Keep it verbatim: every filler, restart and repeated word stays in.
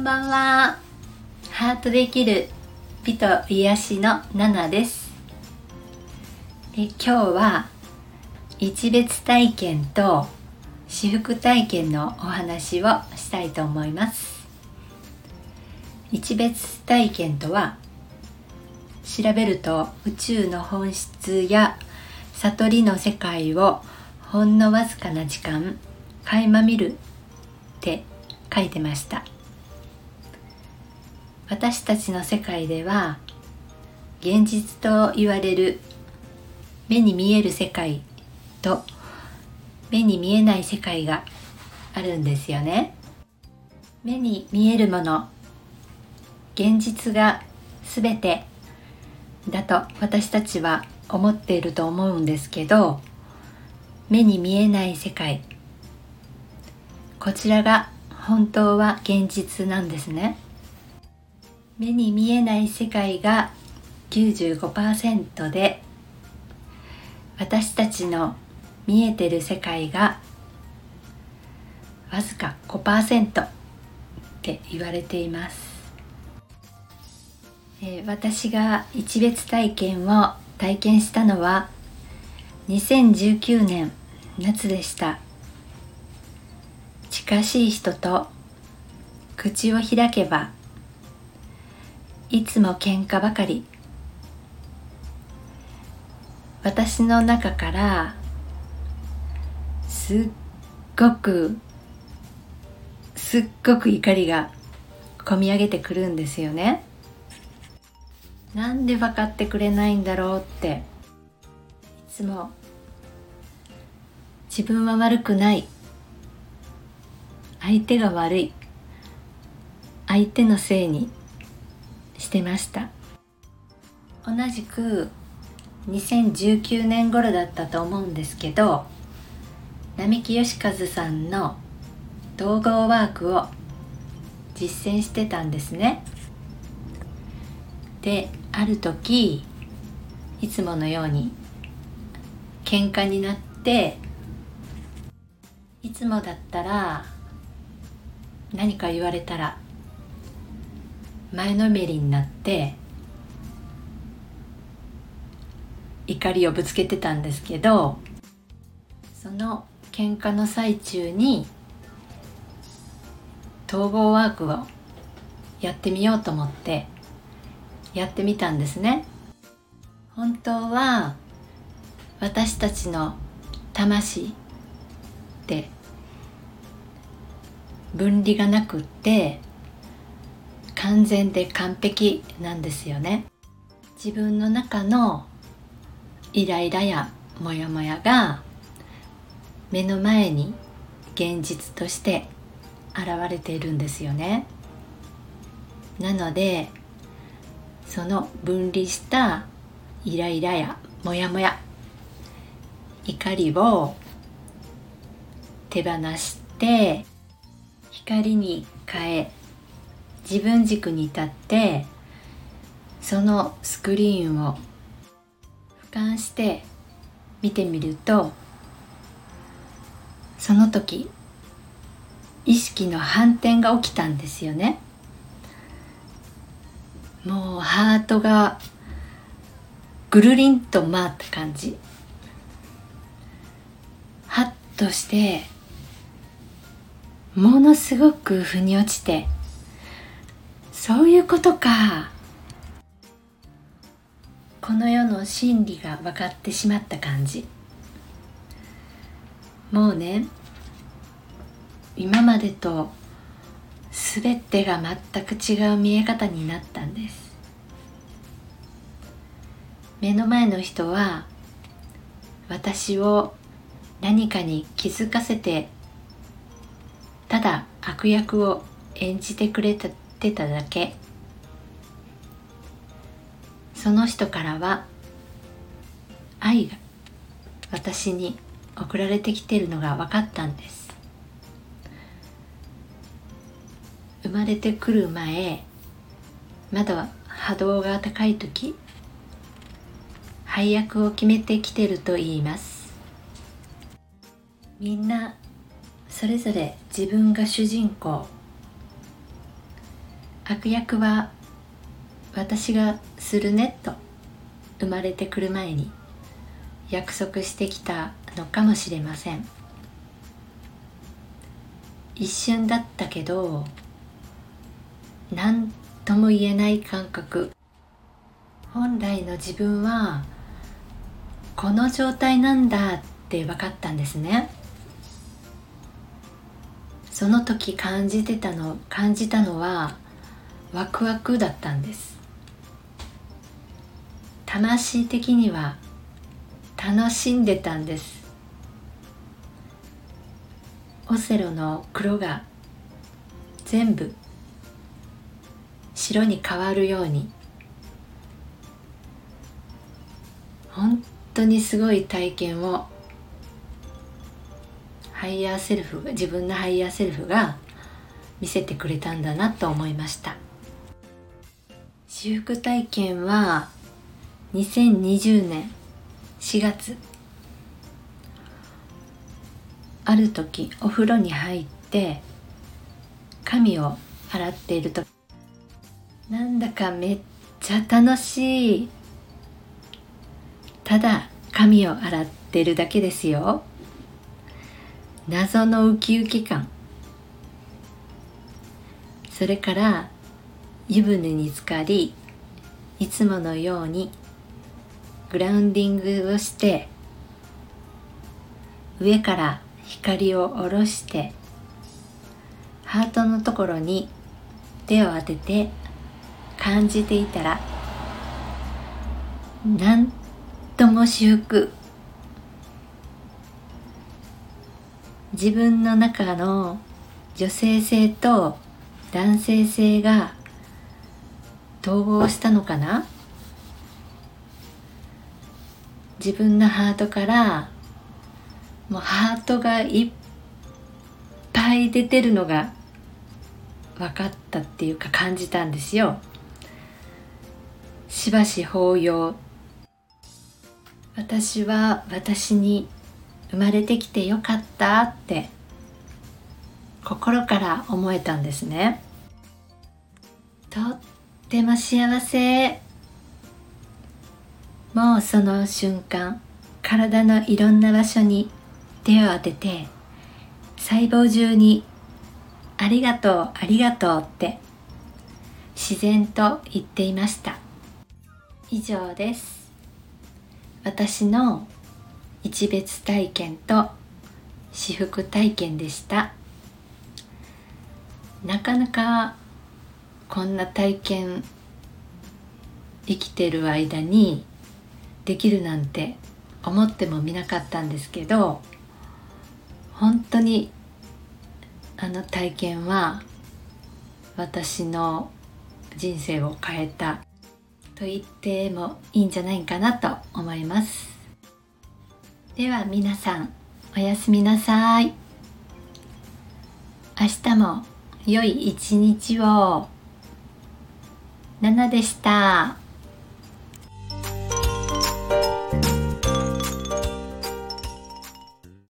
んばんは。ハートで生きる美と癒しのナナです。で今日は一別体験と至福体験のお話をしたいと思います。一別体験とは、調べると宇宙の本質や悟りの世界をほんのわずかな時間垣間見るって書いてました。私たちの世界では現実と言われる目に見える世界と目に見えない世界があるんですよね。目に見えるもの、現実がすべてだと私たちは思っていると思うんですけど、目に見えない世界、こちらが本当は現実なんですね。目に見えない世界が きゅうじゅうごパーセント で、私たちの見えてる世界がわずか ごパーセント って言われています。えー、私が一別体験を体験したのはにせんじゅうきゅうねん夏でした。近しい人と口を開けばいつも喧嘩ばかり。私の中からすっごくすっごく怒りがこみ上げてくるんですよね。なんで分かってくれないんだろうって、いつも自分は悪くない、相手が悪い、相手のせいにしてました。同じくにせんじゅうきゅうねん頃だったと思うんですけど、並木義和さんの統合ワークを実践してたんですね。で、ある時いつものように喧嘩になって、いつもだったら何か言われたら前のめりになって怒りをぶつけてたんですけど、その喧嘩の最中に統合ワークをやってみようと思ってやってみたんですね。本当は私たちの魂って分離がなくって完全で完璧なんですよね。自分の中のイライラやモヤモヤが目の前に現実として現れているんですよね。なのでその分離したイライラやモヤモヤ、怒りを手放して光に変え、自分軸に立ってそのスクリーンを俯瞰して見てみると、その時意識の反転が起きたんですよね。もうハートがぐるりんと回った感じ。ハッとしてものすごく腑に落ちて、そういうことか、この世の真理が分かってしまった感じ。もうね、今までと全てが全く違う見え方になったんです。目の前の人は私を何かに気づかせて、ただ悪役を演じてくれてただけ。その人からは愛が私に送られてきているのが分かったんです。生まれてくる前、まだ波動が高い時、配役を決めてきていると言います。みんなそれぞれ自分が主人公、 悪役は私がするねと生まれてくる前に約束してきたのかもしれません。一瞬だったけど何とも言えない感覚。本来の自分はこの状態なんだって分かったんですね。その時感じてたの感じたのはワクワクだったんです。魂的には楽しんでたんです。オセロの黒が全部白に変わるように、本当にすごい体験をハイヤーセルフ自分のハイヤーセルフが見せてくれたんだなと思いました。修復体験はにせんにじゅうねんしがつ、ある時お風呂に入って髪を洗っていると、なんだかめっちゃ楽しい。ただ髪を洗ってるだけですよ。謎のウキウキ感。それから湯船に浸かり、いつものようにグラウンディングをして、上から光を下ろしてハートのところに手を当てて感じていたら、なんとも至福。自分の中の女性性と男性性が統合したのかな。自分のハートからもうハートがいっぱい出てるのが分かったっていうか感じたんですよ。しばし抱擁。私は私に生まれてきてよかったって心から思えたんですね。とっても幸せ。もうその瞬間、体のいろんな場所に手を当てて、細胞中にありがとうありがとうって自然と言っていました。以上です。私の一別体験と至福体験でした。なかなかこんな体験生きてる間にできるなんて思ってもみなかったんですけど、本当にあの体験は私の人生を変えたと言ってもいいんじゃないかなと思います。では皆さんおやすみなさい。明日も良い一日を。ナナでした。